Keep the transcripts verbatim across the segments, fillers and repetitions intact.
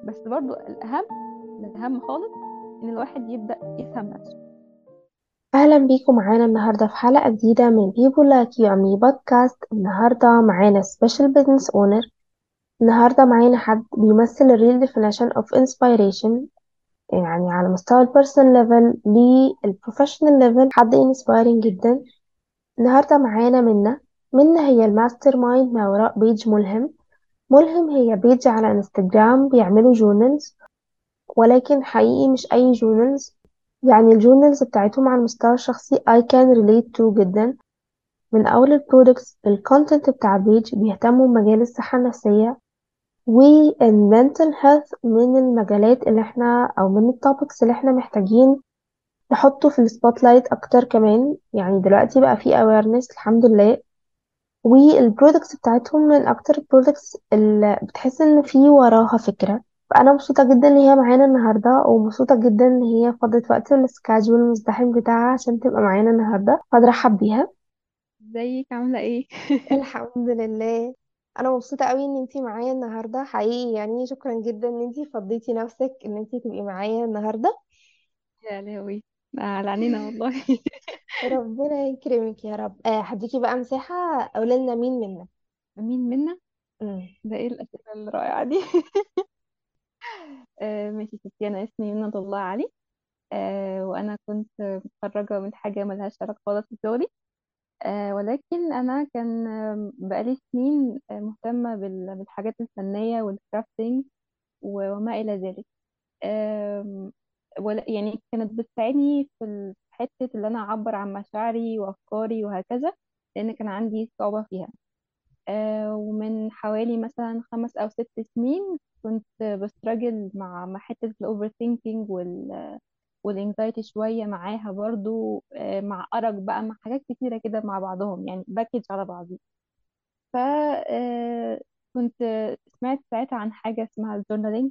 بس برضو الاهم الاهم خالص ان الواحد يبدا يفهم نفسه. أهلا بيكم معانا النهاردة في حلقة جديدة من People Like You and Me بودكاست. النهاردة معانا Special Business Owner. النهاردة معانا حد بيمثل ال Real Definition of Inspiration، يعني على مستوى ال Personal Level لل Professional Level، حد Inspiring جدا. النهاردة معانا منى. منى هي الماستر مايند ما وراء بيج ملهم. ملهم هي بيج على انستجرام بيعملوا جورنالز، ولكن حقيقي مش أي جورنالز. يعني الجورنالز بتاعتهم على المستوى الشخصي I can relate to جدا. من أول البرودكتس الكونتنت بتاع البيج بيهتموا بمجال الصحة النفسية والمنتل هيلث، من المجالات اللي احنا أو من التوبكس اللي احنا محتاجين نحطه في السبوت لايت أكتر كمان. يعني دلوقتي بقى في awareness الحمد لله. والبرودكتس بتاعتهم من أكتر البرودكتس اللي بتحس إن في وراها فكرة. فأنا مبسوطة جدا إن هي معانا النهاردة، ومبسوطة جدا إن هي فضت وقت من السكاجول المزدحم بتاعها عشان تبقى معانا النهاردة، فأرحب بيها. ازيك عامله ايه؟ الحمد لله. انا مبسوطه قوي ان انتي معايا النهارده حقيقي، يعني شكرا جدا ان انتي فضيتي نفسك ان انتي تبقي معايا النهارده. يا لهوي، على عينينا والله. ربنا يكرمك يا رب. آه هديكي بقى مساحه قولي لنا مين منا. مين منا؟ مم. ده ايه الاسئله الرائعه دي؟ آه ماشي ستي، انا اسمي منى الله علي. آه وانا كنت متخرجه من حاجه ملهاش علاقه خالص بشغلي. آه ولكن انا كان آم، بقالي سنين آه، مهتمه بال- بالحاجات الفنيه والكرافتنج و- وما الى ذلك. آم، ولا يعني كانت بتساعدني في ال- حته اللي انا اعبر عن مشاعري وافكاري وهكذا، لان كان عندي صعوبه فيها. آه، ومن حوالي مثلا خمس او ست سنين كنت بستراجل مع مع حته الاوفر ثينكينج والانكزايتي شويه معاها برضو، آه، مع ارق بقى، مع حاجات كتيره كده مع بعضهم، يعني باكج على بعضي. ف آه، كنت سمعت ساعتها عن حاجه اسمها الجورنالينج،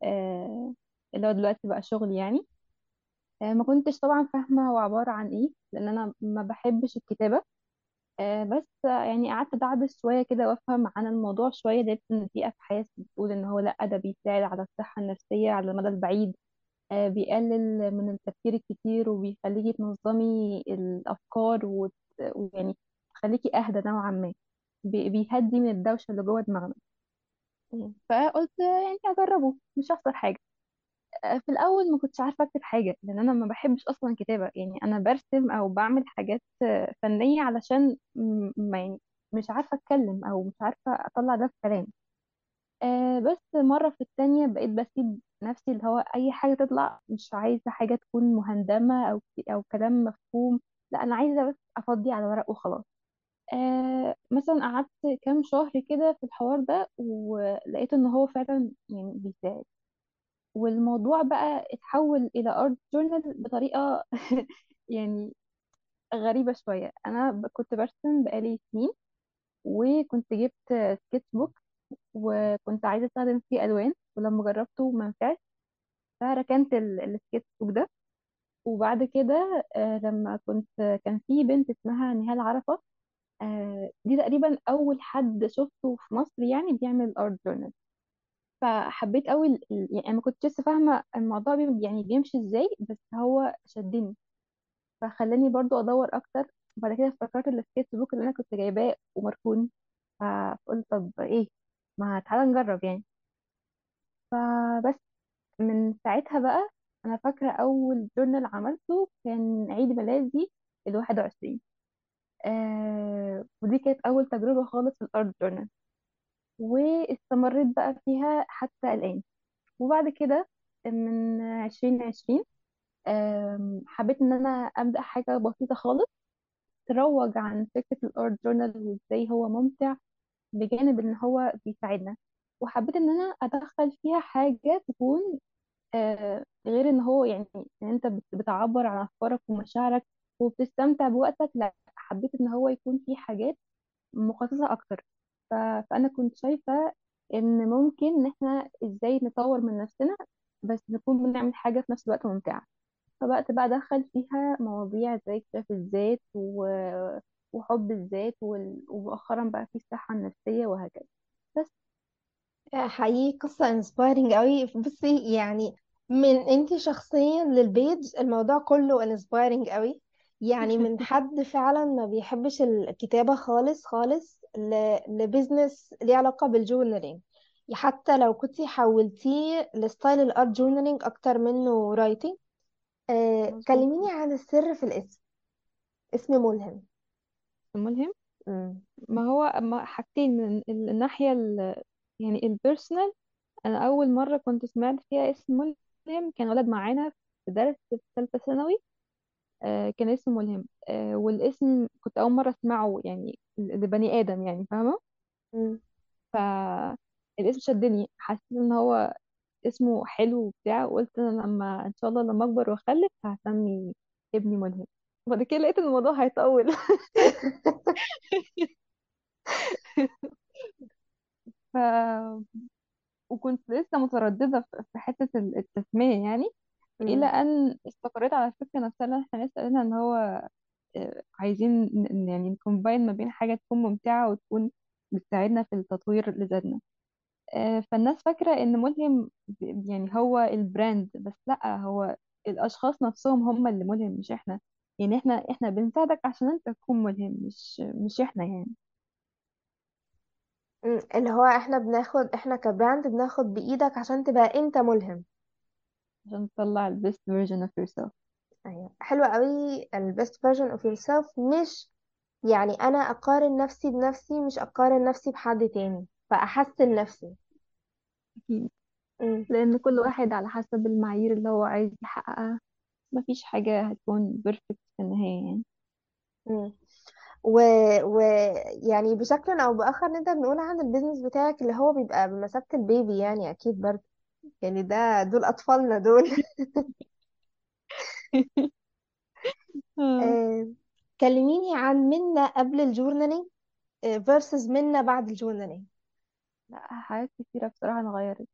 اللي هو دلوقتي بقى شغل يعني. آه، ما كنتش طبعا فاهمه هو عباره عن ايه، لان انا ما بحبش الكتابه. آه، بس آه، يعني قعدت ادعبس شويه كده وافهم عن الموضوع شويه، لقيت ان في ابحاث بتقول ان هو لا، ده بيساعد على الصحه النفسيه على المدى البعيد. آه، بيقلل من التفكير الكتير وبيخليكي تنظمي الافكار وت- ويعني تخليكي اهدى نوعا ما. بي- بيهدي من الدوشه اللي جوه دماغنا. مم. فقلت آه، يعني اجربه، مش هخسر حاجه. آه، في الاول ما كنتش عارفه اكتب حاجه، لان انا ما بحبش اصلا الكتابه. يعني انا برسم او بعمل حاجات آه، فنيه علشان م- ما يعني مش عارفه اتكلم او مش عارفه اطلع ده في كلام. آه بس مره في التانية بقيت بسيب نفسي، اللي هو اي حاجه تطلع، مش عايزه حاجه تكون مهندمه او او كلام مفهوم. لا، انا عايزه بس افضي على ورق وخلاص. آه مثلا قعدت كام شهر كده في الحوار ده، ولقيت ان هو فعلا يعني بيساعد. والموضوع بقى اتحول إلى ارت جورنال بطريقة يعني غريبة شوية. أنا ب- كنت برسم بقالي سنين، وكنت جبت سكتش بوك وكنت عايزة أستخدم فيه ألوان، ولما جربته ما نفعش، فركنت ال- السكتش بوك ده. وبعد كده آه، لما كنت كان في بنت اسمها نهال عرفة. آه، دي تقريبا أول حد شفته في مصر يعني بيعمل ارت جورنال. فحبيت قوي ال- ال- يعني انا ما كنتش لسه فاهمه الموضوع بي يعني بيمشي ازاي، بس هو شدني فخلاني برضو ادور اكتر. وبعد كده افتكرت السكيتش بوك اللي انا كنت جايباه ومركون، فقلت طب ايه، ما تعالى نجرب يعني. فبس من ساعتها بقى، انا فاكره اول جورنال عملته كان عيد ميلادي الواحد وعشرين. آه ودي كانت اول تجربه خالص في الارت جورنال، واستمريت بقى فيها حتى الان. وبعد كده من عشرين عشرين، آم، حبيت ان انا ابدا حاجه بسيطه خالص تروج عن فكره الارت جورنال وازاي هو ممتع، بجانب ان هو بيساعدنا. وحبيت ان انا ادخل فيها حاجه تكون آه، غير ان هو يعني ان انت بت- بتعبر عن افكارك ومشاعرك وبتستمتع بوقتك. لا، حبيت ان هو يكون في حاجات مخصصه اكتر. ف- فانا كنت شايفه ان ممكن ان احنا ازاي نطور من نفسنا، بس نكون بنعمل حاجه في نفس الوقت ممتعه. فبقت بقى ادخل فيها مواضيع زي اكتشاف الذات و... وحب الذات وال... ومؤخرا بقى في الصحه النفسيه وهكذا. بس حقيقي قصة انسبايرنج قوي. بصي يعني من انتي شخصيا للبيج الموضوع كله انسبايرنج قوي. يعني من حد فعلا ما بيحبش الكتابة خالص خالص ل- لبزنس ليه علاقة بالجورنالينج. حتى لو كنتي حولتيه لستايل الارت جورنالينج اكتر منه رايتنج. آه، مظبوط. كلميني عن السر في الاسم. اسم ملهم. الملهم، مم. ما هو ما حاجتين من ال- الناحية ال يعني البيرسونال. أنا أول مرة كنت سمعت فيها اسم ملهم كان ولد معانا في درس في ثالثة ثانوي. آه كان اسمه ملهم. آه والاسم كنت أول مرة أسمعه يعني لبني آدم، يعني فاهمة. مم. فالاسم شدني، حسيت إن هو اسمه حلو وبتاع، وقلت أنا لما إن شاء الله لما أكبر وأخلف هسمي ابني ملهم. وبعد كده لقيت إن الموضوع هيطول. ف وكنت لسه مترددة في في حتة التسمية يعني، إلى مم. أن استقريت على الفكرة نفسها اللي احنا لسه قايلينها، إن هو آه، عايزين ن- ن- يعني نكومباين ما بين حاجة تكون ممتعة وتكون بتساعدنا في التطوير لذاتنا. آه، فالناس فاكرة إن ملهم ب- يعني هو البراند بس، لأ، هو الأشخاص نفسهم هم اللي ملهم مش احنا. يعني احنا احنا بنساعدك عشان انت تكون ملهم، مش مش احنا يعني. مم. اللي هو احنا بناخد، احنا كبراند بناخد بإيدك عشان تبقى انت ملهم. عشان تطلع ال best version of yourself. ايوه حلوة قوي. ال best version of yourself، مش يعني انا اقارن نفسي بنفسي، مش اقارن نفسي بحد تاني فاحسن نفسي. أكيد. مم. لأن كل واحد على حسب المعايير اللي هو عايز يحققها، مفيش حاجة هتكون بيرفكت في النهاية يعني. مم. و... و يعني بشكل او باخر نقدر نقول عن البيزنس بتاعك اللي هو بيبقى بمثابة البيبي، يعني اكيد برضه. يعني ده دول اطفالنا دول. آه. آه، كلميني عن منا قبل الجورنالينج versus منا بعد الجورنالينج. لا، حاجات كتيرة بصراحة اتغيرت.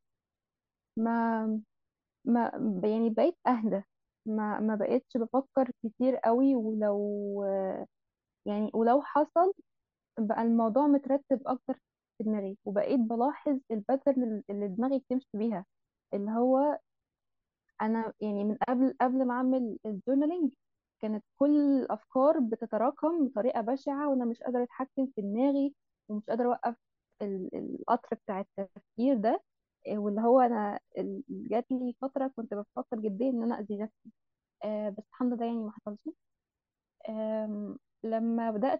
ما ما يعني بقيت أهدى. ما ما بقيتش بفكر كتير قوي، ولو يعني ولو حصل بقى الموضوع مترتب أكتر في دماغي، وبقيت بلاحظ الباترن اللي دماغي بتمشي بيها. اللي هو انا يعني من قبل قبل ما اعمل الجورنالينج كانت كل الافكار بتتراكم بطريقه بشعه، وانا مش قادره اتحكم في دماغي، ومش قادره اوقف ال- القطر بتاع التفكير ده. إيه، واللي هو انا ال- جات لي فتره كنت بفكر جدا ان انا اذي نفسي. آه بس الحمد لله يعني ما حصلش. آم، لما بدات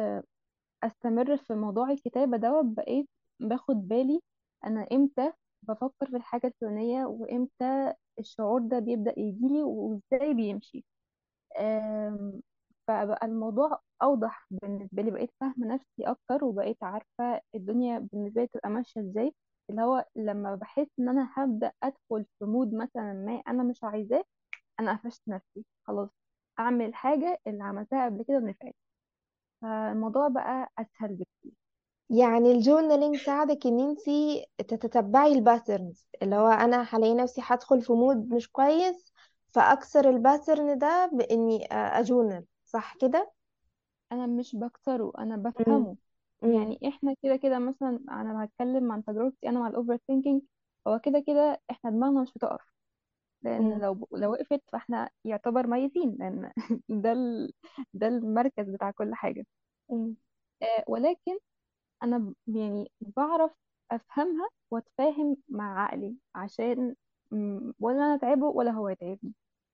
استمر في موضوع الكتابه ده بقيت باخد بالي انا امتى بفكر في الحاجه الفلانيه، وامتى الشعور ده بيبدأ يجيلي وازاي بيمشي. آم، فبقى الموضوع أوضح بالنسبة لي، بقيت فاهمة نفسي أكتر، وبقيت عارفة الدنيا بالنسبة لي تبقى ماشية ازاي. اللي هو لما بحس إن أنا هبدأ أدخل في مود مثلا ما أنا مش عايزاه، أنا قفشت نفسي خلاص، أعمل حاجة اللي عملتها قبل كده ونفعت. فالموضوع بقى أسهل بكتير. يعني الجورنالينج ساعدك ان انتي تتتبعي الباترنز، اللي هو انا هلاقي نفسي هدخل في مود مش كويس فاكسر الباترن ده باني اجورنال، صح كده؟ أنا مش بكسره، أنا مم. بفهمه. مم. يعني احنا كده كده مثلا، انا هتكلم عن تجربتي انا مع الاوفر ثينكينج. هو كده كده احنا دماغنا مش بتقف، لان مم. لو لو وقفت فاحنا يعتبر ميتين، لان ده ال... ده المركز بتاع كل حاجه. مم. آه ولكن انا ب- يعني بعرف افهمها واتفاهم مع عقلي، عشان م، ولا انا اتعبه ولا هو يتعبني.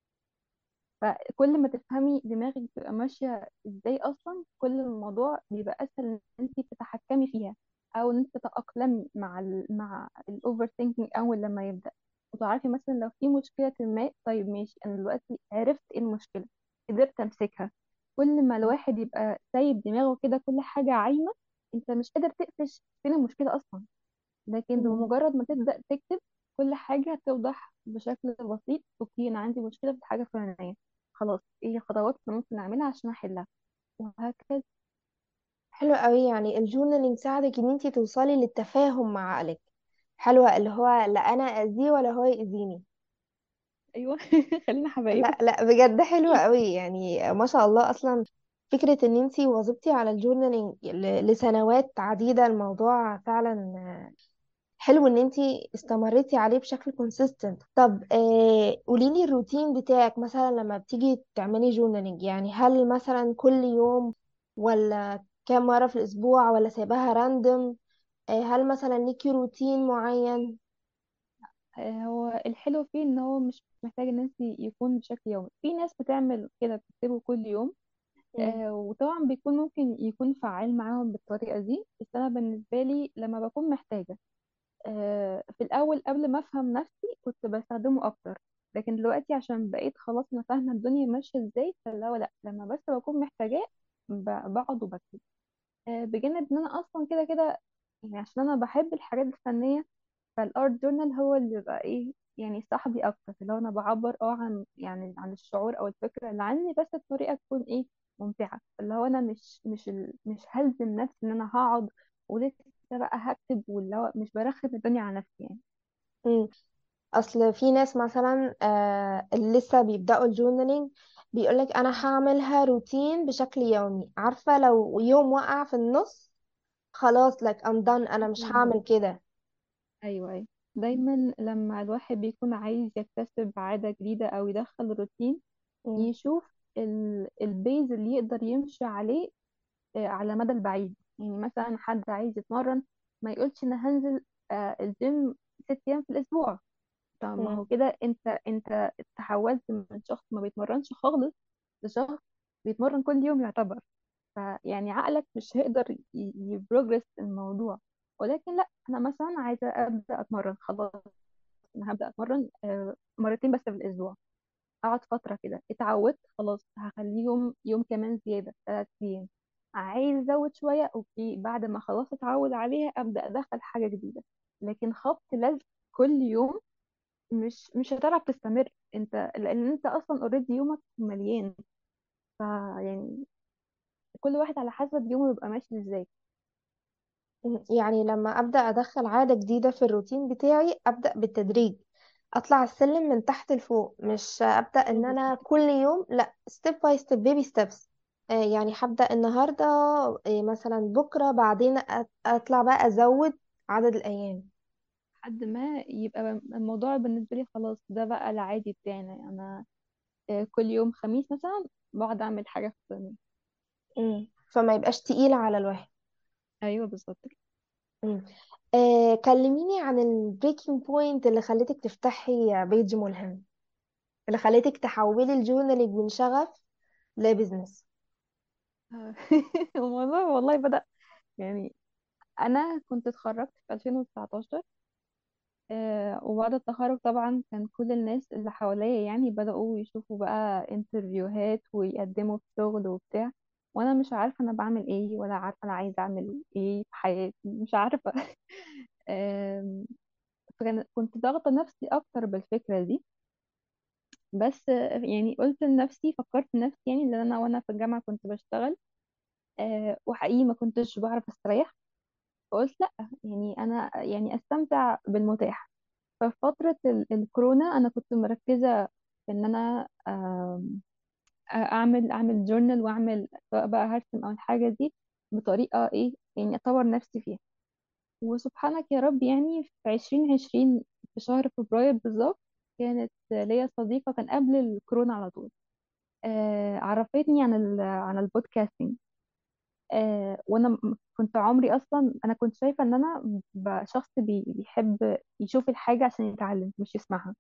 فكل ما تفهمي دماغك بتبقى ماشيه ازاي اصلا، كل الموضوع بيبقى اسهل ان انت تتحكمي فيها، او ان انت تتاقلمي مع ال مع الاوفر ثينكينج اول لما يبدا. وتعرفي مثلا لو في مشكله ما، طيب ماشي، انا دلوقتي عرفت ايه المشكله، قدرت امسكها. كل ما الواحد يبقى سايب دماغه كده كل حاجه عايمه، انت مش قادر تقفش فين المشكله اصلا. لكن مم. بمجرد ما تبدا تكتب، كل حاجه هتوضح بشكل بسيط. اوكي، انا عندي مشكله في الحاجه الفلانيه، خلاص ايه الخطوات اللي ممكن اعملها عشان احلها، وهكذا. حلو قوي. يعني الجورنالينج ساعدك ان انتي توصلي للتفاهم مع عقلك. حلوة، اللي هو لا انا اذيه ولا هو يأذيني. ايوه. خلينا حبايب. لا لا بجد حلوة قوي، يعني ما شاء الله. اصلا فكرة ان انتي واظبتي على الجورنالينج ل- لسنوات عديدة، الموضوع فعلا حلو ان انتي استمريتي عليه بشكل كونسيستنت. طب آه قوليلي الروتين بتاعك مثلا لما بتيجي تعملي جورنالينج، يعني هل مثلا كل يوم، ولا كام مرة في الاسبوع، ولا سايباها راندوم؟ آه هل مثلا ليكي روتين معين؟ آه، هو الحلو فيه ان هو مش محتاج ان انت يكون بشكل يومي. في ناس بتعمل كده، بتكتبه كل يوم. مم. آه، وطبعا بيكون ممكن يكون فعال معاهم بالطريقة دي، بس انا بالنسبة لي لما بكون محتاجة، آه، في الاول قبل ما افهم نفسي كنت بستخدمه اكتر. لكن دلوقتي عشان بقيت خلاص انا فاهمة الدنيا ماشية ازاي، فلا لا، لما بس بكون محتاجاه ب- بقعد وبكتب. آه، بجانب ان انا اصلا كده كده، يعني عشان انا بحب الحاجات الفنية، فالارت جورنال هو اللي بيبقى ايه، يعني صاحبي اكتر، اللي هو انا بعبر اه عن يعني عن الشعور او الفكره اللي عندي، بس الطريقه تكون ايه، ممتعه. اللي هو انا مش مش ال... مش هلزم نفسي ان انا هقعد ولسه بقى هكتب، واللي هو مش برخم الدنيا على نفسي يعني. مم. اصل في ناس مثلا آه اللي لسه بيبداوا الجورنالينج بيقولك انا هعملها روتين بشكل يومي، عارفه لو يوم وقع في النص خلاص like I'm done، انا مش بالظبط. هعمل كده. ايوه ايوه. دايما لما الواحد بيكون عايز يكتسب عاده جديده او يدخل روتين، مم. يشوف ال... البيز اللي يقدر يمشي عليه آه، على المدى البعيد. يعني مثلا حد عايز يتمرن، ما يقولش انا هنزل آه، الجيم ست ايام في الاسبوع. طب ما هو مم. كده انت انت تحولت من شخص ما بيتمرنش خالص لشخص بيتمرن كل يوم يعتبر. فيعني عقلك مش هيقدر يبروجرس الموضوع. ولكن لا، انا مثلا عايزه ابدا اتمرن خلاص، انا هبدا اتمرن آه، مرتين بس في الاسبوع. اقعد فتره كده، اتعودت خلاص هخليهم يوم كمان زياده، ثلاث ايام. عايز ازود شويه، اوكي، بعد ما خلاص اتعود عليها ابدا ادخل حاجه جديده. لكن خبط لزق كل يوم مش مش هتعرف تستمر انت، لان انت اصلا اوريدي يومك مليان. فيعني كل واحد على حسب يومه يبقى ماشي ازاي. مم. يعني لما ابدا ادخل عاده جديده في الروتين بتاعي ابدا بالتدريج، اطلع السلم من تحت لفوق، مش ابدا ايوه ان انا بالظبط. كل يوم، لا step by step baby steps. آه يعني هبدا النهارده، آه مثلا بكره، بعدين أت- اطلع بقى ازود عدد الايام. لحد ما يبقى الموضوع بالنسبه لي خلاص ده بقى العادي بتاعنا. يعني انا آه، كل يوم خميس مثلا بقعد اعمل حاجه فلانيه. مم. فما يبقاش تقيل على الواحد. ايوه بالظبط كده. مم. آه كلميني عن البريكنج بوينت اللي خلتك تفتحي بيج ملهم، اللي خلتك تحولي الجورنالينج من شغف لبزنس. آه، الموضوع والله بدأ، يعني انا كنت اتخرجت في ألفين وتسعتاشر. آه، وبعد التخرج طبعا كان كل الناس اللي حواليا يعني بدأوا يشوفوا بقى انترفيوهات ويقدموا في شغل وبتاع، وانا مش عارفه انا بعمل ايه، ولا عارفه انا عايزه اعمل ايه في حياتي، مش عارفه. آم، فكان كنت ضاغطه نفسي اكتر بالفكره دي. بس آه، يعني قلت لنفسي، فكرت نفسي يعني ان انا وانا في الجامعه كنت بشتغل، آه، وحقيقي ما كنتش بعرف استريح. فقلت لا، يعني انا يعني استمتع بالمتاح. ففي فترة ال- الكورونا أنا كنت مركزة في إن أنا آم، أعمل أعمل جورنال، وأعمل سواء بقى هرسم أو الحاجة دي بطريقة إيه، يعني أطور نفسي فيها. وسبحانك يا رب، يعني في عشرين عشرين، في شهر فبراير بالظبط، كانت ليا صديقة كان قبل الكورونا على طول، آه، عرفتني عن ال عن البودكاستنج. آه، وأنا م- كنت عمري أصلا أنا كنت شايفة إن أنا ب- شخص بي- بيحب يشوف الحاجة عشان يتعلم مش يسمعها.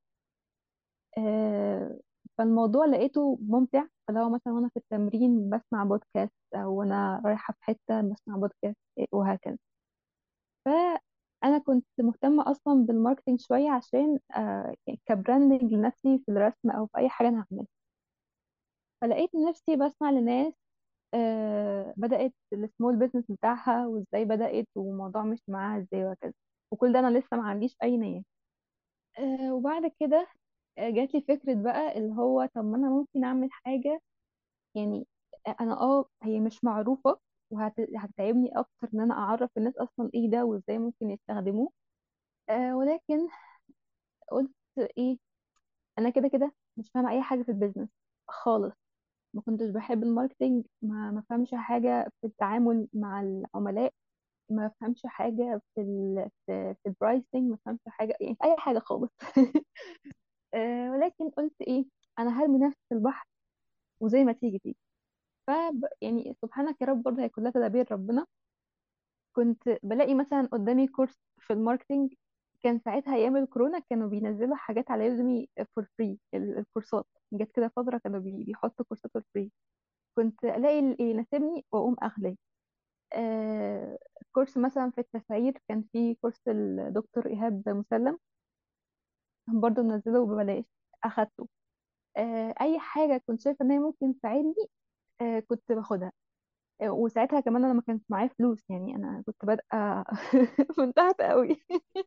آه، فالموضوع لقيته ممتع. فلو مثلا وانا في التمرين بسمع بودكاست، او وانا رايحه في حته بسمع بودكاست، وهكذا. فانا كنت مهتمه اصلا بالماركتينج شويه، عشان آه، يعني كبراندنج لنفسي في الرسم او في اي حاجه انا هعملها. فلقيت نفسي بسمع لناس آه، بدات السمول بيزنس بتاعها، وازاي بدات والموضوع مش معاها ازاي وهكذا. وكل ده انا لسه ما عنديش اي نية. آه، وبعد كده آه، جات لي فكرة بقى، اللي هو طب ما انا ممكن اعمل حاجة. يعني انا اه هي مش معروفة، وهتتعبني اكتر ان انا اعرف الناس اصلا ايه ده وازاي ممكن يستخدموه. آه ولكن قلت ايه، انا كده كده مش فاهمة اي حاجة في البيزنس خالص. ما كنتش بحب الماركتينج، ما ما فهمش حاجة في التعامل مع العملاء. ما افهمش حاجه في ال في, في البرايسنج، ما افهمش حاجه يعني في اي حاجه خالص. آه، ولكن قلت ايه، انا هرمي نفسي في البحر وزي ما تيجي تيجي. ف يعني سبحانك يا رب، برضه هي كلها تدابير ربنا. كنت بلاقي مثلا قدامي كورس في الماركتينج، كان ساعتها ايام الكورونا كانوا بينزلوا حاجات على يوديمي فور فري. الكورسات جت كده فتره كانوا بي- بيحطوا كورسات فور فري، كنت الاقي اللي يناسبني واقوم اخده. آه كورس مثلا في التسعير، كان في كورس الدكتور ايهاب مسلم برضه منزله ببلاش، اخدته. آه اي حاجه كنت شايفه ان هي ممكن تساعدني آه كنت باخدها. آه وساعتها كمان انا ما كانش معايا فلوس، يعني انا كنت بادئه من تحت قوي.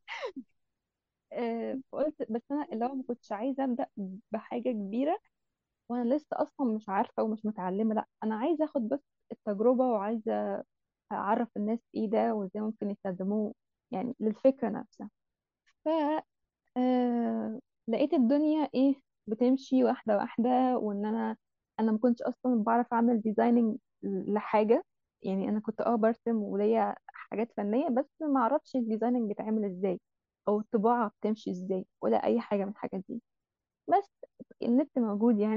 آه فقلت بس انا اللي هو ما كنتش عايزه ابدا بحاجه كبيره وانا لسه اصلا مش عارفه ومش متعلمه. لا، انا عايزه اخد بس التجربه، وعايزه اعرف الناس ايه ده وازاي ممكن يستخدموه، يعني للفكره نفسها. ف آه لقيت الدنيا ايه بتمشي واحده واحده، وان انا انا ما كنتش اصلا بعرف اعمل ديزايننج لحاجه. يعني انا كنت اه برسم وليا حاجات فنيه، بس ما اعرفش الديزايننج بيتعمل ازاي او الطباعه بتمشي ازاي ولا اي حاجه من الحاجات دي. بس النت موجود يعني.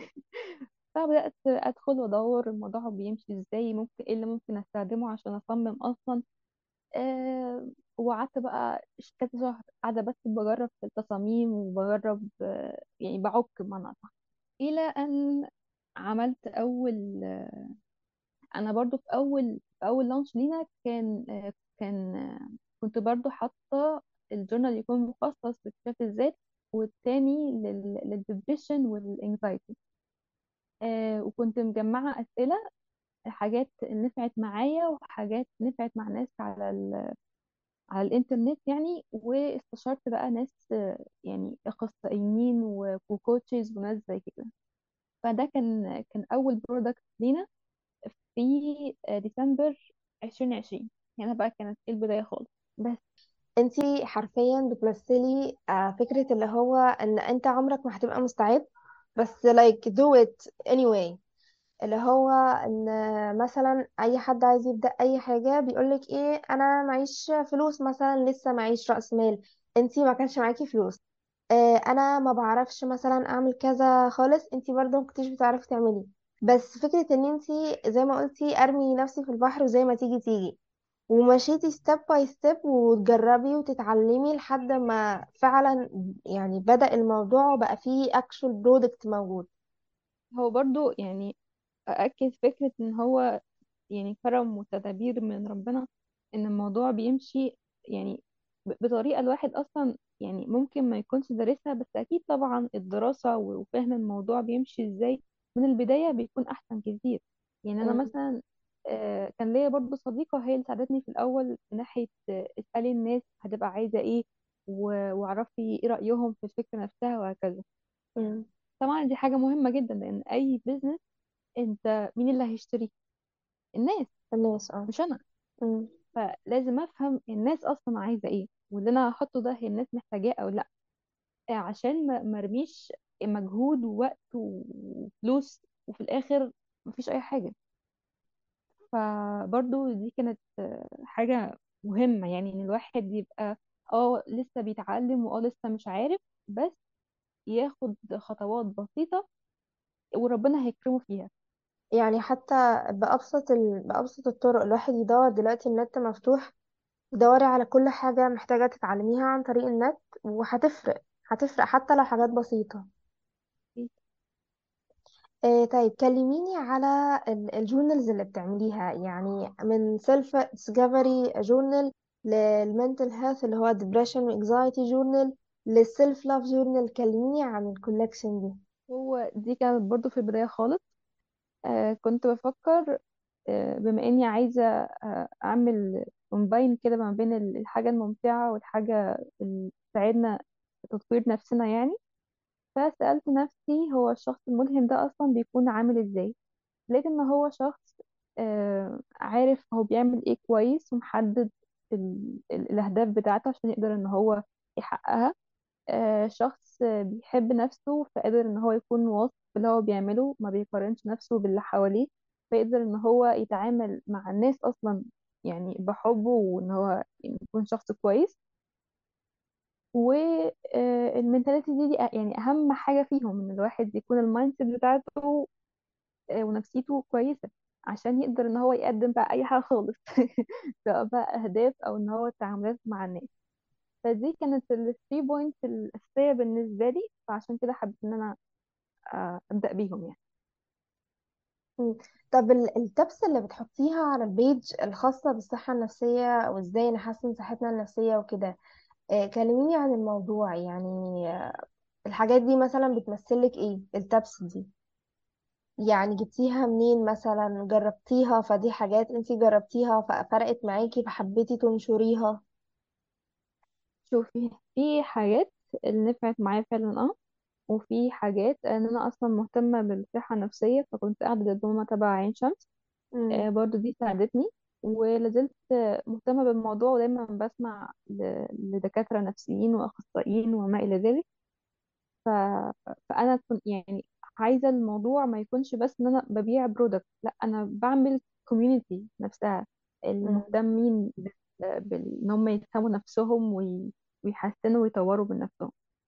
فبدات ادخل وادور الموضوع بيمشي ازاي، ممكن ايه اللي ممكن استخدمه عشان اصمم اصلا. آه وقعدت بقى كذا شهر قاعدة بس بجرب في التصاميم وبجرب، آه يعني بعك بمعنى أصح، إلى أن عملت أول. آه أنا برضو في أول في أول لانش لينا كان آه كان آه كنت برضو حاطة الجورنال يكون مخصص لاكتشاف الذات، والتاني للدبريشن والانكزايتي. آه وكنت مجمعة أسئلة، حاجات نفعت معايا وحاجات نفعت مع ناس على على الانترنت يعني. واستشرت بقى ناس آه، يعني اخصائيين و- وكوتشز وناس زي كده. فده كان كان اول برودكت لينا في آه، ديسمبر ألفين وعشرين. هنا بقى كانت البداية خالص. بس انتي حرفيا بتمثلي آه، فكرة اللي هو ان انت عمرك ما هتبقى مستعد، بس like do it anyway. اللي هو ان مثلا اي حد عايز يبدأ اي حاجة بيقولك ايه، انا معيش فلوس مثلا، لسه معيش رأس مال. انتي ما كانش معاكي فلوس. اه انا ما بعرفش مثلا اعمل كذا خالص، انتي برضه ما كنتيش بتعرفي تعملي. بس فكرة ان انتي زي ما قلتي ارمي نفسي في البحر وزي ما تيجي تيجي، ومشيتي ستيب باي ستيب وتجربي وتتعلمي لحد ما فعلا يعني بدأ الموضوع وبقى فيه actual product موجود. هو برضو يعني أأكد فكرة إن هو يعني كرم وتدابير من ربنا، ان الموضوع بيمشي يعني ب- بطريقة الواحد اصلا يعني ممكن ما يكونش دارسها. بس اكيد طبعا الدراسة وفهم الموضوع بيمشي ازاي من البداية بيكون احسن كتير. يعني انا مم. مثلا آه، كان ليا برضو صديقة هي اللي ساعدتني في الاول من ناحية آه، اسألي الناس هتبقى عايزة ايه، و- واعرفي ايه رأيهم في الفكرة نفسها وهكذا. مم. طبعا دي حاجة مهمة جدا، لان اي بيزنس انت مين اللي هيشتري؟ الناس، الناس اه. مش انا. مم. فلازم افهم الناس اصلا عايزه ايه، واللي انا هحطه ده هي الناس محتاجاه او لا، عشان ما مرميش مجهود ووقت وفلوس وفي الاخر مفيش اي حاجه. فبرضو دي كانت آه، حاجه مهمه، يعني ان الواحد يبقى اه لسه بيتعلم واه لسه مش عارف، بس ياخد خطوات بسيطه وربنا هيكرمه فيها. يعني حتى بأبسط ال... بأبسط الطرق الواحد يدور دلوقتي، النت مفتوح، دوري على كل حاجة محتاجة تتعلميها عن طريق النت وهتفرق. هتفرق حتى لو حاجات بسيطة. آه طيب كلميني على الجورنالز اللي بتعمليها، يعني من سيلف ديسكفري جورنال للمنتل هيلث اللي هو depression واكزايتي جورنال للسيلف لاف جورنال. كلميني عن الكولكشن دي. هو دي كانت برضو في البدايه خالص. آه كنت بفكر آه بما اني عايزة آه اعمل كومباين كده ما بين ال- الحاجة الممتعة والحاجة اللي تساعدنا في تطوير نفسنا يعني. فسألت نفسي هو الشخص الملهم ده اصلا بيكون عامل ازاي. لقيت ان هو شخص آه عارف هو بيعمل ايه كويس، ومحدد ال ال الاهداف بتاعته عشان يقدر ان هو يحققها. آه، شخص آه، بيحب نفسه فقادر ان هو يكون واثق في اللي هو بيعمله، ما بيقارنش نفسه باللي حواليه، فيقدر ان هو يتعامل مع الناس اصلا يعني بحبه وان هو يعني يكون شخص كويس. والمنتاليتي دي, دي يعني اهم حاجه فيهم، ان الواحد يكون المايند سيت بتاعته آه، ونفسيته كويسه عشان يقدر ان هو يقدم بقى اي حاجه خالص سواء بقى اهداف او ان هو التعاملات مع الناس. فدي كانت الثري بوينتس الاساسيه بالنسبه لي، فعشان كده حبيت ان انا آه، ابدا بيهم يعني. مم. طب ال- التبس اللي بتحطيها على البيج الخاصة بالصحة النفسية وازاي نحسن صحتنا النفسية وكده، آه، كلميني عن الموضوع يعني. آه، الحاجات دي مثلا بتمثلك ايه التبس دي؟ يعني جبتيها منين مثلا؟ جربتيها فدي حاجات انتي جربتيها ففرقت معاكي فحبيتي تنشريها؟ شوفي، في حاجات اللي نفعت معايا فعلا اه، وفي حاجات ان انا اصلا مهتمه بالصحه النفسيه، فكنت قاعده دبلومه تبع عين شمس. مم. آه، برضو دي ساعدتني، ولازلت آه، مهتمه بالموضوع، ودايما بسمع ل- لدكاتره نفسيين واخصائيين وما الى ذلك. ف... فانا كنت يعني عايزه الموضوع ما يكونش بس ان انا ببيع برودكت، لا انا بعمل كوميونتي نفسها مم. المهتمين بال... بال... ان هم يفهموا نفسهم وي... ويحسنوا ويطوروا من نفسهم.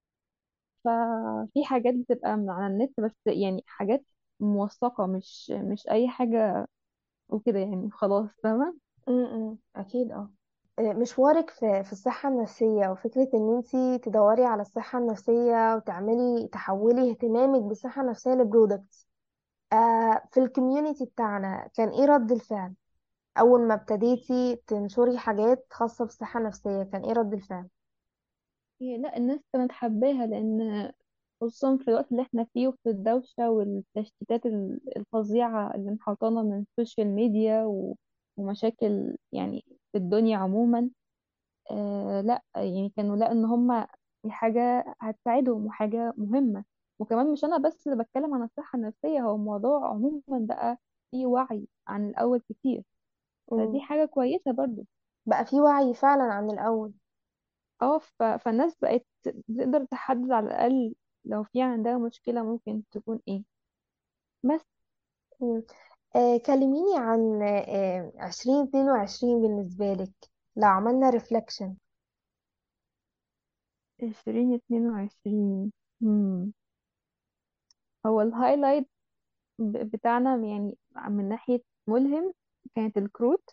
ففي حاجات بتبقى من على النت، بس يعني حاجات موثقة، مش مش أي حاجة وكده يعني خلاص، فاهمة. مم. اكيد اه. آه، مشوارك في في الصحة النفسية وفكرة ان انتي تدوري على الصحة النفسية وتعملي تحولي اهتمامك بالصحة النفسية لبرودكت، آه في الكوميونيتي بتاعنا كان ايه رد الفعل؟ اول ما ابتديتي تنشري حاجات خاصة بالصحة النفسية كان ايه رد الفعل؟ هي لا، الناس كانت حباها، لأن خصوصا في الوقت اللي احنا فيه وفي الدوشة والتشتيتات ال- الفظيعة اللي محوطانا من السوشيال ميديا و- ومشاكل يعني في الدنيا عموما. آه لا يعني كانوا لا ان هم دي حاجة هتساعدهم وحاجة مهمة. وكمان مش انا بس اللي بتكلم عن الصحة النفسية، هو الموضوع عموما بقى فيه وعي عن الاول كتير، فدي مم. حاجة كويسة برضو. بقى في وعي فعلا عن الاول. اه ف... فالناس بقت تقدر تحدد على الاقل لو في عندها مشكلة ممكن تكون ايه. بس مم. آه كلميني عن آه عشرين اتنين وعشرين بالنسبة لك، لو عملنا ريفلكشن. عشرين اتنين وعشرين، مم. هو الهايلايت ب- بتاعنا يعني من ناحية ملهم كانت الكروت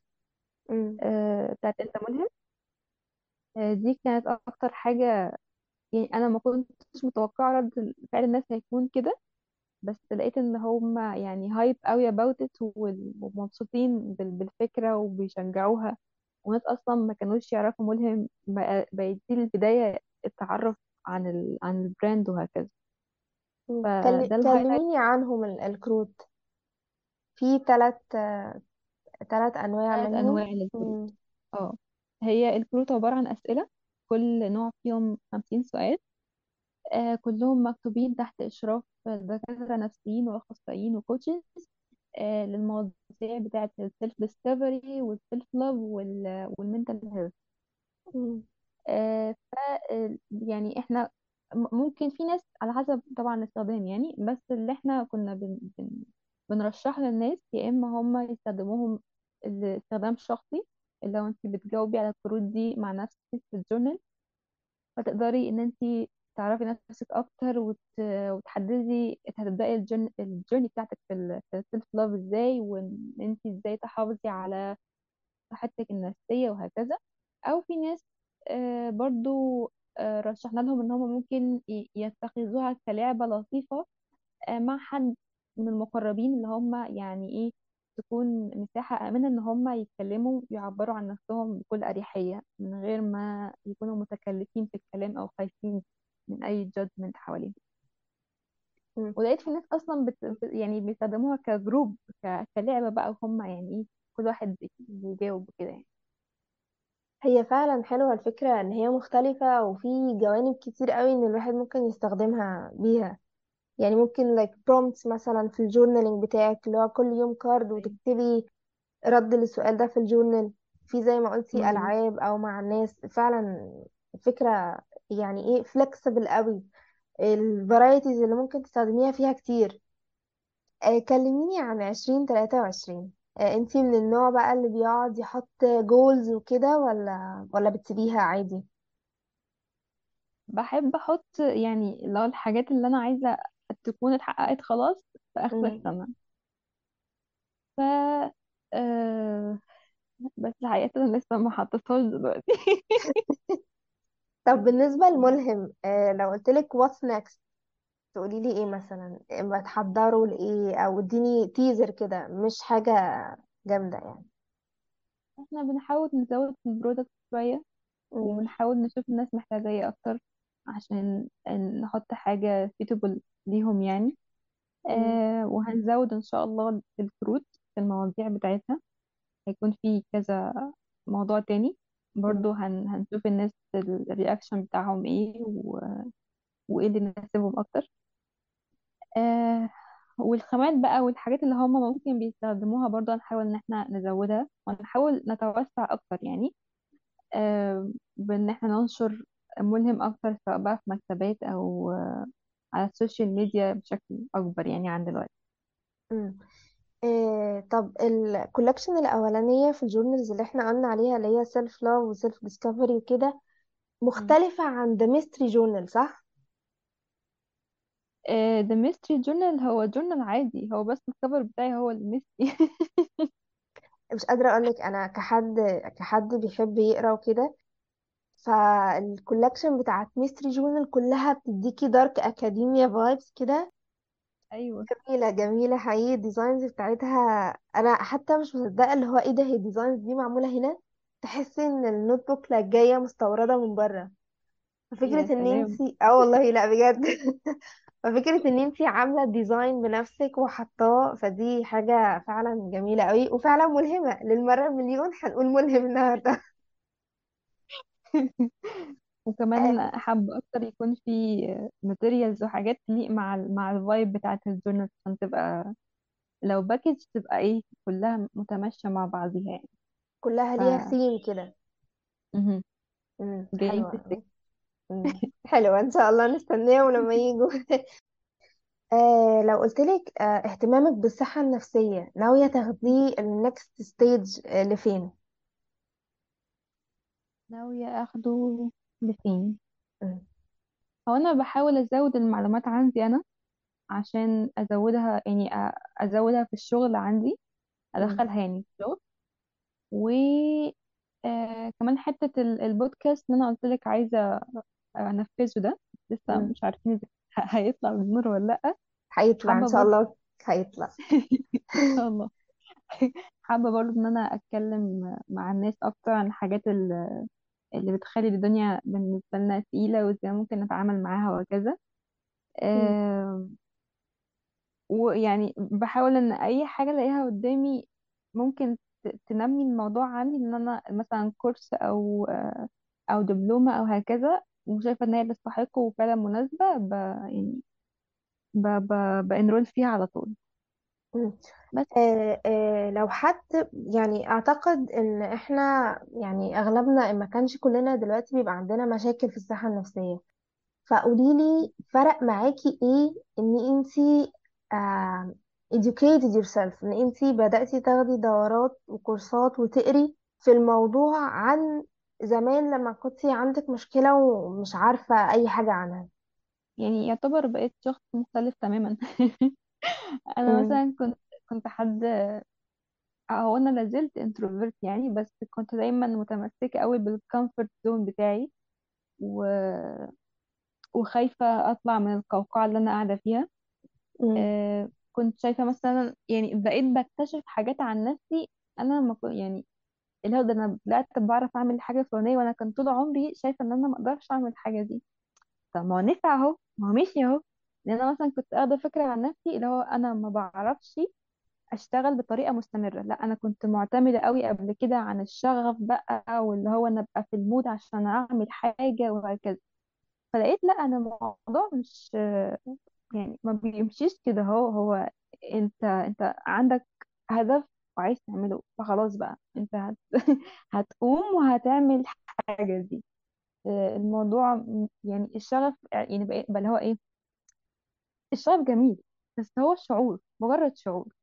آه بتاعت انت ملهم. آه، دي كانت اكتر حاجة، يعني انا ما كنتش متوقعة رد فعل الناس هيكون كده، بس لقيت ان هم يعني هايب قوي about it وال- ومبسوطين بال- بالفكرة وبيشجعوها. وناس اصلا ما كانوش يعرفوا ملهم بقى- بقت دي البداية، التعرف عن ال... عن البراند وهكذا. مم. كل- فده الهايلايت. كلميني عنهم ال- الكروت. في ثلاث ثلاث انواع ثلاث انواع منهم. للكروت. مم. اه، هي الكروت عبارة عن اسئلة، كل نوع فيهم خمسين سؤال. آه كلهم مكتوبين تحت إشراف دكاترة نفسيين وأخصائيين وكوتشز، آه للمواضيع بتاعة السيلف ديسكفري والسيلف لاف والمنتال هيلث. مم. آه ف آه، يعني احنا م- ممكن في ناس على حسب طبعا الاستخدام يعني، بس اللي احنا كنا بن بن بنرشح للناس يا اما هم يستخدموهم لاستخدام شخصي، اللي هو انت بتجاوبي على الكروت دي مع نفسك في الجورنال، فتقدري ان انت تعرفي نفسك اكتر وت... وتحددي هتبداي الجن... الجيرني بتاعتك في ال... في السيلف لاف ازاي، وان انت ازاي تحافظي على صحتك النفسيه وهكذا. او في ناس آه برضو آه رشحنا لهم ان هم ممكن ي- يتخذوها كلعبه لطيفه آه مع حد من المقربين، اللي هم يعني ايه، تكون مساحة آمنة إن هم يتكلموا يعبروا عن نفسهم بكل أريحية من غير ما يكونوا متكلفين في الكلام أو خايفين من أي جادجمنت حواليهم. مم. ولقيت في ناس أصلا بت... بت- يعني بيستخدموها كجروب، ك... كلعبة بقى، وهم يعني إيه، كل واحد بيجاوب كده يعني. هي فعلا حلوة الفكرة ان هي مختلفة وفي جوانب كتير قوي ان الواحد ممكن يستخدمها بيها. يعني ممكن like prompts مثلا في الجورنالينج بتاعك اللي هو كل يوم كارد أيوة. وتكتبي رد للسؤال ده في الجورنال. في زي ما قلتي مظبوط. ألعاب أو مع الناس فعلا. فكرة يعني ايه flexible قوي. الفرايتيز اللي ممكن تستخدميها فيها كتير. آه، كلميني عن عشرين تلاتة وعشرين. آه، انتي من النوع بقى اللي بيقعد يحط جولز وكده، ولا ولا بتسيبيها عادي؟ بحب احط يعني اللي هو الحاجات اللي انا عايزه تكون اتحققت خلاص في اخر مم. السنه. ف آه... بس الحقيقه انا لسه ما حطيتهاش دلوقتي. طب بالنسبة للملهم، آه، لو قلتلك what's next تقولي لي ايه مثلا؟ بتحضروا لايه؟ او اديني تيزر كده، مش حاجة جامدة يعني. احنا بنحاول نزود في البرودكت شويه، مم. وبنحاول نشوف الناس محتاجه ايه اكتر عشان نحط حاجه suitable ليهم يعني. مم. آه وهنزود ان شاء الله الكروت في المواضيع بتاعتها. هيكون في كذا موضوع تاني مم. برضو، هن هنشوف الناس الرياكشن بتاعهم ايه و... وايه اللي يناسبهم اكتر. آه والخامات بقى والحاجات اللي هم ممكن بيستخدموها برضو هنحاول ان احنا نزودها ونحاول نتوسع اكتر يعني. آه بان احنا ننشر ملهم اكتر، سواء بقى في مكتبات او آه على السوشيال ميديا بشكل اكبر يعني عن دلوقتي. مم. إيه طب الكولكشن الأولانية في الجورنالز اللي احنا قلنا عليها، اللي هي سيلف لاف وسيلف ديسكفري وكده، مختلفة عن ذا ميستري جورنال صح؟ ذا ميستري جورنال هو جورنال عادي، هو بس الكفر بتاعي هو الميستري. مش قادرة أقولك، أنا كحد كحد بيحب يقرا وكده، فالكولكشن بتاعت ميستري جورنال كلها بتديكي دارك أكاديميا فايبس كده. ايوه. جميلة جميلة حقيقي، الديزاينز بتاعتها أنا حتى مش مصدقة اللي هو ايه ده، هي الديزاينز دي معمولة هنا. تحسي ان النوت بوك لا جاية مستوردة من بره. يا ففكرة ان سلام. انتي اه والله لا بجد. ففكرة ان انتي عاملة الديزاين بنفسك وحطاه، فدي حاجة فعلا جميلة قوي وفعلا ملهمة للمرة المليون، هنقول ملهم النهاردة. وكمان آه، حابة اكتر يكون في ماتيريالز وحاجات تليق مع ال مع الفايب بتاعت الجورنال، عشان تبقى لو باكج تبقى ايه كلها متماشية مع بعضيها يعني. كلها ف ليها ثيم كده. مهم. مم، جايين في حلوة السكة. أوي. مم، حلوة ان شاء الله نستناهم لما يجوا. آه لو قلتلك آه اهتمامك بالصحة النفسية ناوية تاخديه النكست ستيج آه لفين؟ ناوية اخده لفين؟ مم. هو انا بحاول ازود المعلومات عندي انا عشان ازودها يعني أ- ازودها في الشغل عندي، مم. ادخلها يعني في الشغل. و آه كمان حتة ال- البودكاست اللي انا قلت لك عايزة انفذه ده، لسه مم. مش عارفين اذا ه- هيطلع بالنور ولا لا. هيطلع ان حابة شاء برضه. الله. هيطلع. ان شاء الله. حابة برضه ان انا اتكلم مع الناس اكتر عن الحاجات ال- اللي بتخلي الدنيا بالنسبة لنا تقيلة، وازاي ممكن نتعامل معاها وكذا. مم. آه ويعني بحاول ان اي حاجة الاقيها قدامي ممكن ت- تنمي الموضوع عندي، ان انا مثلا كورس او آه، او دبلومة او هكذا، وشايفة ان هي تستحق وفعلا مناسبة ب... يعني ب... ب... بانرول فيها على طول. مم. بس آه آه لو حد، يعني اعتقد ان احنا يعني اغلبنا ان ما كانش كلنا دلوقتي بيبقى عندنا مشاكل في الصحة النفسية. فقوليلي فرق معاكي ايه ان انتي آه educated yourself، ان انتي بدأتي تاخدي دورات وكورسات وتقري في الموضوع عن زمان لما كنتي عندك مشكلة ومش عارفة اي حاجة عنها. يعني يعتبر بقيت شخص مختلف تماما. انا مم. مثلا كنت كنت حد، هو انا لازلت انتروفيرت يعني، بس كنت دايما متمسكه قوي بالكومفورت زون بتاعي و... وخايفه اطلع من القوقعه اللي انا قاعده فيها. مم. آه كنت شايفه مثلا يعني بقيت بكتشف حاجات عن نفسي. انا ما كنت يعني اللي هو ده انا طلعت بعرف اعمل حاجه فلانيه، وانا كان طول عمري شايفه ان انا ما اقدرش اعمل الحاجه دي. طب ما هو نفع اهو، ما هو ماشي اهو. لان انا مثلا كنت اخده فكره عن نفسي اللي هو انا ما بعرفش اشتغل بطريقه مستمره. لا انا كنت معتمده قوي قبل كده عن الشغف بقى، واللي هو انا ابقى في المود عشان اعمل حاجه وهكذا. فلقيت لا، انا الموضوع مش يعني ما بيمشيش كده. هو هو انت انت عندك هدف وعايز تعمله، فخلاص بقى انت هت... هتقوم وهتعمل الحاجه دي. آه، الموضوع م- يعني الشغف يعني بقى بقى اللي هو ايه، الشغف جميل، بس هو شعور، مجرد شعور.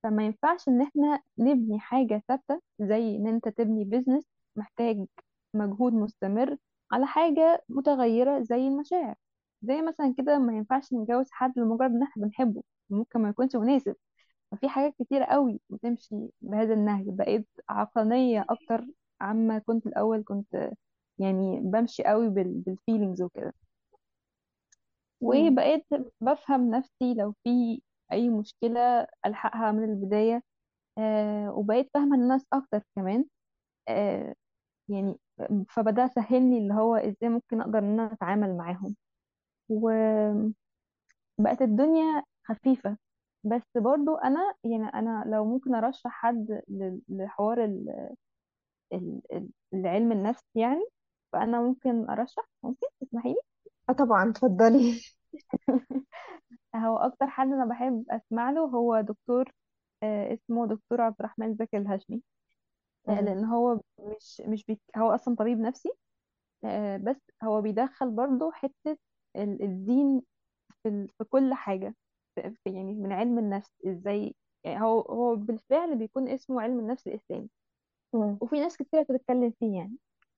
فما ينفعش ان احنا نبني حاجة ثابتة زي ان انت تبني بيزنس، محتاج مجهود مستمر، على حاجة متغيرة زي المشاعر. زي مثلا كده ما ينفعش نتجوز حد لمجرد ان احنا بنحبه، ممكن ما يكونش مناسب. ففي حاجات كتيرة قوي بتمشي بهذا النهج. بقيت عقلانية اكتر عما كنت الاول. كنت يعني بمشي قوي بالفيلينجز وكده. مم. وبقيت بفهم نفسي لو في اي مشكلة الحقها من البداية. آه وبقيت فاهمة الناس أكتر كمان. آه يعني فبدأ سهلني اللي هو إزاي ممكن أقدر إن أنا أتعامل معاهم. وبقت الدنيا خفيفة. بس برضو أنا يعني أنا لو ممكن أرشح حد ل- لحوار ال- ال- ال- العلم النفس يعني، فأنا ممكن أرشح، ممكن تسمحي لي؟ اه طبعا اتفضلي. هو أكتر حد أنا بحب أسمع له هو دكتور، آه اسمه دكتور عبد الرحمن زكي الهاشمي. آه مم. لأن هو مش مش بيك هو أصلا طبيب نفسي. آه، بس هو بيدخل برضو حتة ال- الدين في ال- في كل حاجة. في في- يعني من علم النفس ازاي. يعني هو هو بالفعل بيكون اسمه علم النفس الإسلامي، مم. وفي ناس كتير بتتكلم فيه يعني.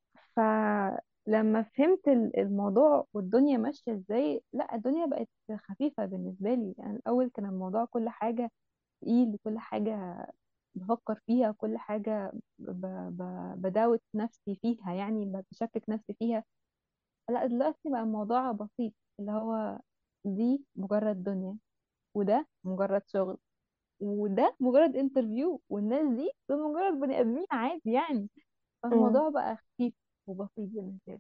فلما فهمت ال- الموضوع والدنيا ماشية ازاي، لا الدنيا بقت خفيفة بالنسبة لي. يعني الأول كان الموضوع كل حاجة تقيل، كل حاجة بفكر فيها، كل حاجة ب... ب... بداوت نفسي فيها، يعني بشكك نفسي فيها. لا دلوقتي بقى الموضوع بسيط، اللي هو دي مجرد دنيا، وده مجرد شغل، وده مجرد انترفيو، والناس دي دول مجرد بني ادمين عادي يعني. مم. فالموضوع بقى خفيف وبسيط بالنسبه لي.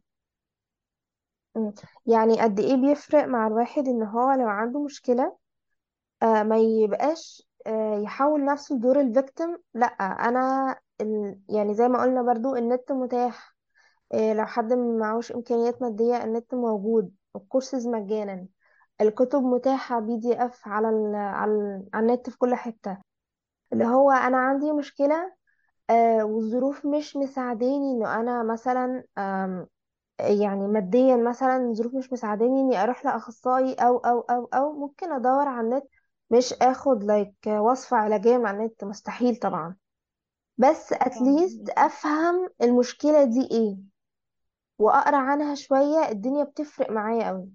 مم. يعني قد ايه بيفرق مع الواحد ان هو لو عنده مشكلة، آه ما يبقاش آه يحول نفسه لدور الفيكتيم. لا انا ال... يعني زي ما قلنا برضو النت متاح. آه لو حد معهوش امكانيات مادية النت موجود، الكورسز مجانا، الكتب متاحة بي دي اف على ال... على ال... على النت في كل حتة. اللي هو انا عندي مشكلة آه والظروف مش مساعداني انه انا مثلا آم، يعني ماديا مثلا الظروف مش مساعداني اني اروح لاخصائي او او او او ممكن ادور على النت. مش اخد لايك وصفة علاجية مع النت، مستحيل طبعا. بس طبعا اتليست بالظبط. افهم المشكلة دي ايه واقرا عنها شوية، الدنيا بتفرق معايا قوي.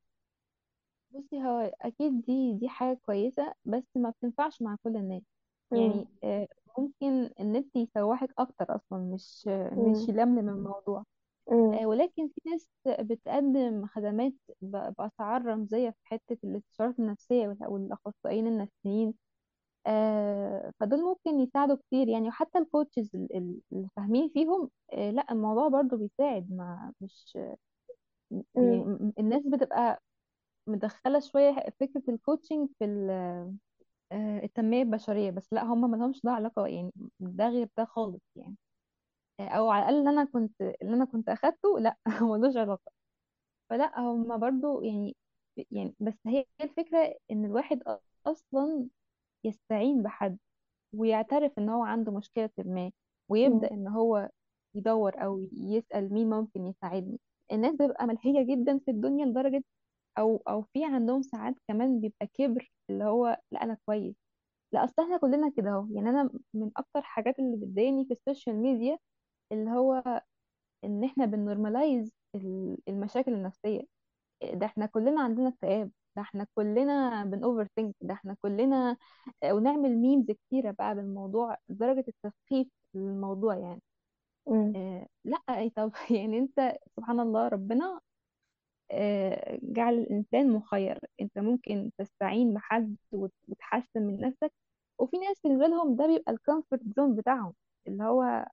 بصي هو اكيد دي دي حاجه كويسه، بس ما بتنفعش مع كل الناس. مم. يعني آه، ممكن النت يسوحك اكتر اصلا، مش آه، مش مم. يلملم الموضوع. مم. آه، ولكن في ناس بتقدم خدمات ب- بأسعار رمزية في حتة الاستشارات النفسية وال- والأخصائيين النفسيين. آه، فدول ممكن يساعدوا كتير يعني. وحتى الكوتشز ال- ال- اللي فاهمين فيهم، آه، لا الموضوع برضو بيساعد. ما مش يعني مم. م- الناس بتبقى مدخلة شوية فكرة الكوتشنج في ال- آه، التنمية البشرية بس. لا هم ملهمش ده علاقة يعني، ده غير ده خالص يعني. آه، أو على الأقل اللي أنا كنت اللي أنا كنت أخدته لا ملوش علاقة. فلا هم برضو يعني. يعني بس هي الفكرة ان الواحد أ- اصلا يستعين بحد، ويعترف ان هو عنده مشكلة ما، مم. ويبدأ ان هو يدور او يسأل مين ممكن يساعدني. الناس بتبقى ملهية جدا في الدنيا لدرجة، او او في عندهم ساعات كمان بيبقى كبر، اللي هو لا انا كويس. لا اصل احنا كلنا كده اهو يعني. انا من اكتر حاجات اللي بتضايقني في السوشيال ميديا اللي هو ان احنا بنورماليز المشاكل النفسية. ده احنا كلنا عندنا اكتئاب، ده احنا كلنا بن اوفر ثينك، ده احنا كلنا آه، ونعمل ميمز كتيرة بقى بالموضوع لدرجة التسخيف للموضوع يعني. مم. آه لا أي طب يعني انت سبحان الله ربنا آه جعل الانسان مخير. انت ممكن تستعين بحد وت- وتحسن من نفسك. وفي ناس بالنسبة لهم ده بيبقى الكومفورت زون بتاعهم، اللي هو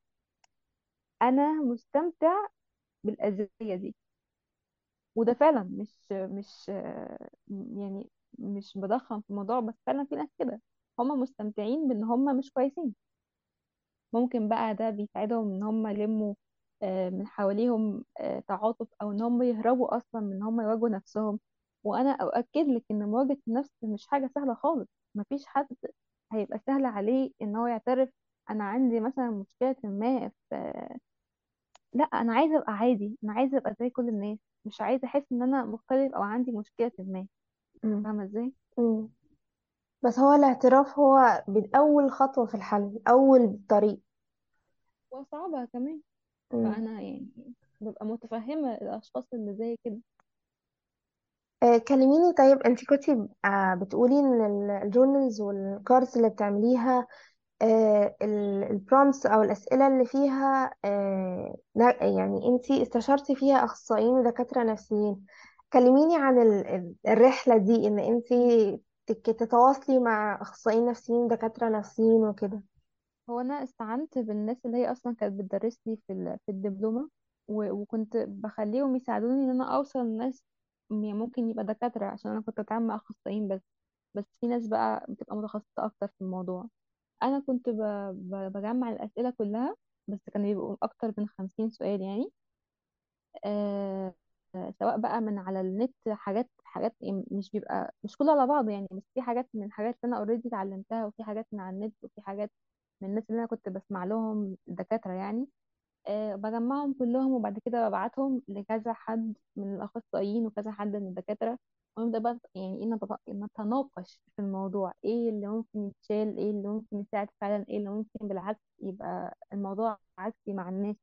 انا مستمتع بالأذية دي. وده فعلا مش مش آه، يعني مش بضخم في الموضوع، بس فعلا في ناس كده هم مستمتعين بان هم مش كويسين. ممكن بقى ده بيساعدهم ان هم يلموا آه، من حواليهم آه، تعاطف، او ان هم يهربوا اصلا من ان هم يواجهوا نفسهم. وانا اؤكد لك ان مواجهة النفس مش حاجة سهلة خالص. مفيش حد هيبقى سهل عليه ان هو يعترف انا عندي مثلا مشكلة ما في. لا انا عايزة ابقى عادي، انا عايزة ابقى زي كل الناس، مش عايزة احس ان انا مختلف او عندي مشكلة ما. مم. فاهمة ازاي؟ مم. بس هو الاعتراف هو بالأول خطوة في الحل، أول طريق. وصعبة كمان. مم. فأنا يعني ببقى متفهمة الأشخاص اللي زي كده. آه، كلميني طيب، انت كنتي آه، بتقولي ان ال- الجورنالز والكاردز اللي بتعمليها، البرومتس او الاسئله اللي فيها، آه، لا- يعني انتي استشرتي فيها اخصائيين ودكاتره نفسيين. كلميني عن ال- ال- الرحله دي، ان انتي تك- تتواصلي مع اخصائيين نفسيين ودكاتره نفسيين وكده. هو أنا استعنت بالناس اللي هي أصلا كانت بتدرس لي في ال- في الدبلومة، و- وكنت بخليهم يساعدوني إن أنا أوصل لناس م- ممكن يبقى دكاترة، عشان أنا كنت بتعامل مع أخصائيين بس. بس في ناس بقى بتبقى متخصصة أكتر في الموضوع. أنا كنت ب... ب... بجمع الأسئلة كلها، بس كانوا بيبقوا أكتر من خمسين سؤال يعني. آه، آه، سواء بقى من على النت، حاجات حاجات يعني مش بيبقى مش كله على بعضه يعني، بس في حاجات من الحاجات اللي انا اوريدي اتعلمتها، وفي حاجات من على النت، وفي حاجات من الناس اللي انا كنت بسمع لهم دكاترة يعني. أه بجمعهم كلهم، وبعد كده ببعتهم لكذا حد من الأخصائيين وكذا حد من الدكاترة، ونبدأ بقى يعني ايه نتط- نتناقش في الموضوع، ايه اللي ممكن يتشال، ايه اللي ممكن يساعد فعلا، ايه اللي ممكن بالعكس يبقى الموضوع عكسي مع الناس.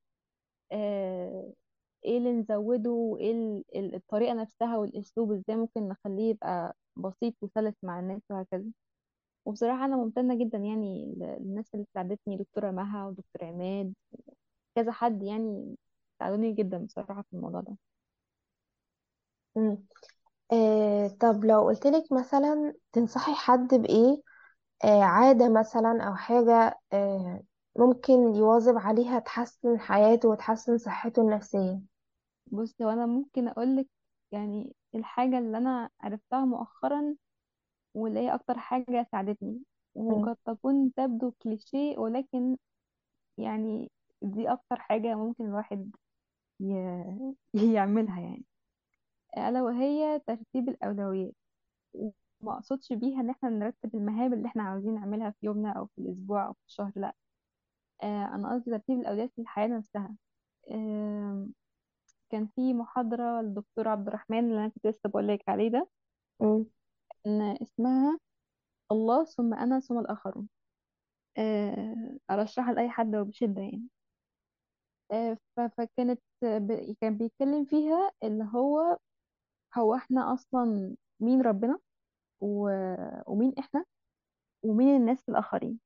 آه، ايه اللي نزوده، وايه ال- ال- الطريقة نفسها والاسلوب ازاي ممكن نخليه يبقى بسيط وسلس مع الناس وهكذا. وبصراحة انا ممتنة جدا يعني ل- للناس اللي ساعدتني، دكتورة مها ودكتور عماد، كذا حد يعني ساعدوني جدا بصراحة في الموضوع ده. مم. آه، طب لو قلتلك مثلا تنصحي حد بإيه، آه، عادة مثلا أو حاجة آه، ممكن يواظب عليها تحسن حياته وتحسن صحته النفسية. بصي، وانا ممكن اقولك يعني الحاجة اللي انا عرفتها مؤخرا، واللي هي اكتر حاجة ساعدتني، مم. وقد تكون تبدو كليشيه، ولكن يعني دي اكتر حاجة ممكن الواحد ي- يعملها يعني، ألا وهي ترتيب الأولويات. وما أقصدش بيها إن احنا نرتب المهام اللي احنا عاوزين نعملها في يومنا أو في الأسبوع أو في الشهر، لأ. آه أنا قصدي ترتيب الأولويات في الحياة نفسها. آه كان في محاضرة للدكتور عبد الرحمن اللي أنا كنت لسه بقول لك عليه ده، مم. إن اسمها الله ثم أنا ثم الآخرون. آه أرشحها لأي حد وبشدة يعني. آه ف- فكانت ب- كان بيتكلم فيها اللي هو هو احنا أصلا مين ربنا، و... ومين احنا، ومين الناس الآخرين.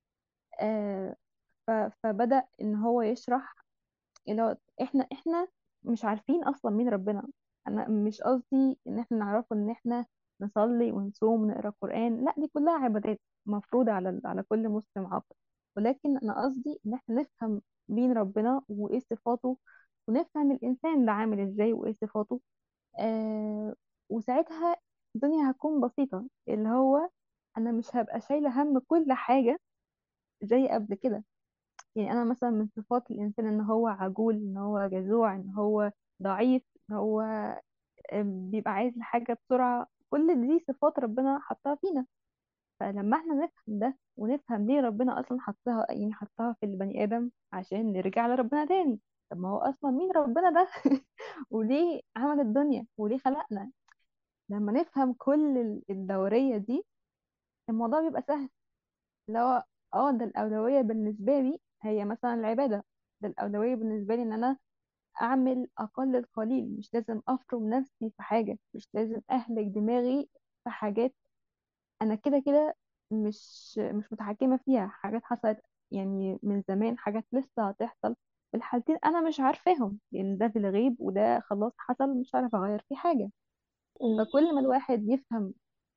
آه ف... فبدأ إن هو يشرح اللي هو إحنا إحنا مش عارفين أصلا مين ربنا. أنا مش قصدي إن إحنا نعرفه إن إحنا نصلي ونصوم ونقرأ قرآن، لا، دي كلها عبادات مفروضة على على كل مسلم عاقل. ولكن أنا قصدي إن إحنا نفهم مين ربنا وإيه صفاته، ونفهم الإنسان ده عامل إزاي وإيه صفاته. آه وساعتها الدنيا هتكون بسيطة، اللي هو أنا مش هبقى شايلة هم كل حاجة زي قبل كده. يعني انا مثلا من صفات الانسان ان هو عجول، ان هو جزوع، ان هو ضعيف، ان هو آم، بيبقى عايز الحاجه بسرعه. كل دي صفات ربنا حطها فينا. فلما احنا نفهم ده ونفهم ليه ربنا اصلا حطها، يعني حطها في البني ادم عشان نرجع لربنا تاني. طب ما هو اصلا مين ربنا ده وليه عمل الدنيا وليه خلقنا؟ لما نفهم كل ال- الدوريه دي، الموضوع بيبقى سهل. اللي هو اه ده الأولوية بالنسبة لي هي مثلا العبادة. ده الأولوية بالنسبة لي إن أنا أعمل أقل القليل، مش لازم أفرض نفسي في حاجة، مش لازم أهلك دماغي في حاجات أنا كده كده مش مش متحكمة فيها. حاجات حصلت يعني من زمان، حاجات لسه هتحصل، في الحالتين أنا مش عارفاهم، لأن ده في الغيب وده خلاص حصل مش عارف أغير فيه حاجة. مم. فكل ما الواحد يفهم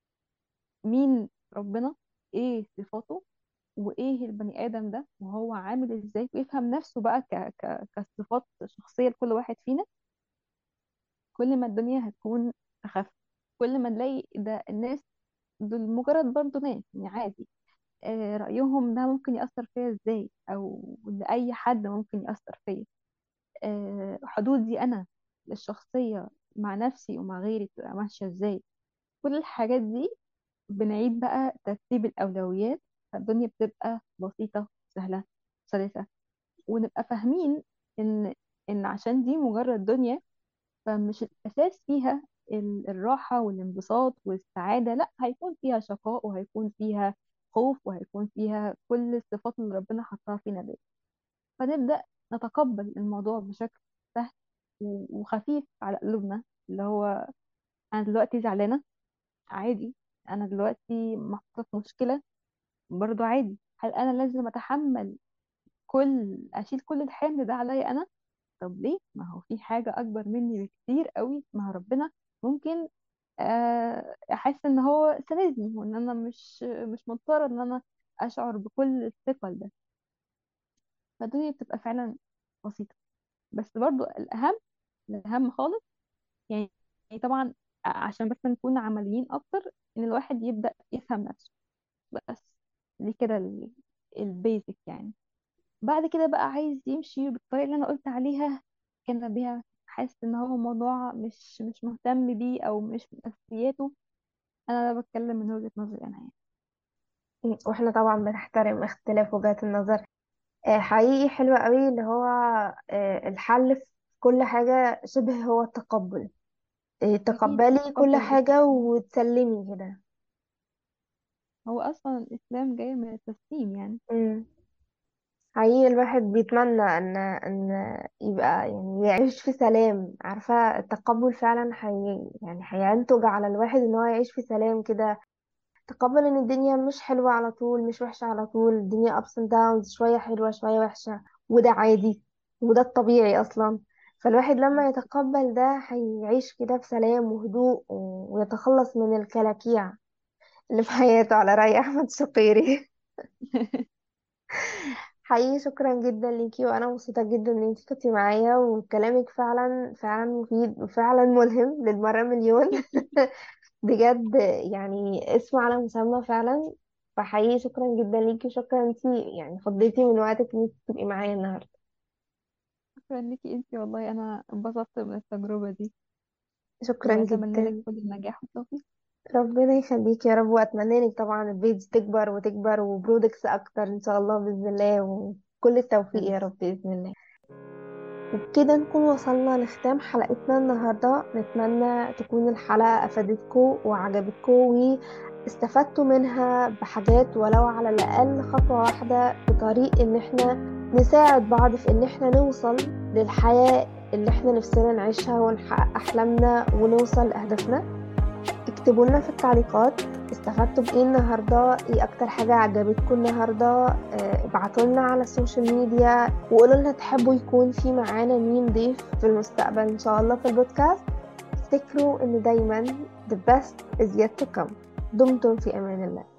مين ربنا، ايه صفاته، وايه البني ادم ده وهو عامل ازاي، ويفهم نفسه بقى ك... ك... كصفات شخصيه لكل واحد فينا، كل ما الدنيا هتكون اخف. كل ما نلاقي ده الناس دول مجرد برضه ناس يعني عادي. آه رايهم ده ممكن ياثر فيا ازاي، او لاي حد ممكن ياثر فيا. آه حدودي انا الشخصيه مع نفسي ومع غيري تبقى ماشيه ازاي. كل الحاجات دي بنعيد بقى ترتيب الأولويات، فالدنيا بتبقى بسيطة سهلة سلسة. ونبقى فاهمين إن إن عشان دي مجرد دنيا، فمش الأساس فيها ال- الراحة والانبساط والسعادة، لا، هيكون فيها شقاء وهيكون فيها خوف وهيكون فيها كل الصفات اللي ربنا حطها فينا دي. فنبدأ نتقبل الموضوع بشكل سهل و- وخفيف على قلوبنا، اللي هو أنا دلوقتي زعلانة، عادي. أنا دلوقتي محطوطة في مشكلة، برضو عادي. هل أنا لازم أتحمل كل أشيل كل الحمل ده عليا أنا؟ طب ليه؟ ما هو في حاجة أكبر مني بكتير قوي اسمها ربنا. ممكن آه، أحس إن هو ساندني، وإن أنا مش مش مضطرة إن أنا أشعر بكل الثقل ده. فالدنيا بتبقى فعلا بسيطة. بس برضو الأهم، الأهم خالص، يعني يعني طبعا عشان بس نكون عمليين أكتر، إن الواحد يبدأ يفهم نفسه بس. دي كده البيزك يعني. بعد كده بقى عايز يمشي بالطريقة اللي أنا قلت عليها، كان بيها حاسس إن هو موضوع مش مش مهتم بيه أو مش من أساسياته. أنا بتكلم من وجهة نظري أنا يعني. واحنا طبعا بنحترم اختلاف وجهات النظر. آه، حقيقي حلو قوي اللي هو آه، الحل في كل حاجة شبه هو التقبل. آه، أكيد تقبلي كل تقبل حاجة الاستسلام. وتسلمي كده. هو أصلا الإسلام جاي من التسليم يعني. مم. حقيقي الواحد بيتمنى ان ان يبقى يعني يعيش في سلام. عارفة التقبل فعلا حي يعني هينتج على الواحد ان هو يعيش في سلام كده. تقبل ان الدنيا مش حلوة على طول، مش وحشة على طول، الدنيا ups and downs، شوية حلوة شوية وحشة، وده عادي وده الطبيعي اصلا. فالواحد لما يتقبل ده هيعيش كده بسلام وهدوء و- ويتخلص من الكلاكيع اللي في حياته، على رأي احمد شقيري. حقيقي شكرا جدا ليكي، وانا مبسوطة جدا ان انتي كنتي معايا، وكلامك فعلا فعلا مفيد وفعلا ملهم للمرة مليون. بجد يعني اسمه على مسمى فعلا. فحقيقي شكرا جدا ليكي، وشكرا انتي يعني فضيتي من وقتك ان انتي تبقي معايا النهارده. شكرا ليكي انتي، والله أنا انبسطت من التجربة دي، شكرا وأتمنى لك جدا. كل النجاح والتوفيق. ربنا يخليكي يا رب، واتمنى لك طبعا البيج تكبر وتكبر وبرودكتس اكتر ان شاء الله باذن الله، وكل التوفيق شكرا. يا رب باذن الله. وبكده نكون وصلنا لختام حلقتنا النهاردة. نتمنى تكون الحلقة أفادتكم وعجبتكم واستفدتوا منها بحاجات، ولو على الأقل خطوة واحدة في طريق إن احنا نساعد بعض في إن احنا نوصل للحياة اللي احنا نفسنا نعيشها ونحقق أحلامنا ونوصل لأهدافنا. اكتبوا لنا في التعليقات استفدتوا بايه النهارده، ايه اكتر حاجه عجبتكم النهارده. اه، ابعتوا لنا على السوشيال ميديا وقولوا لنا تحبوا يكون في معانا مين ضيف في المستقبل ان شاء الله في البودكاست. افتكروا ان دايما the best is yet to come. دمتم في امان الله.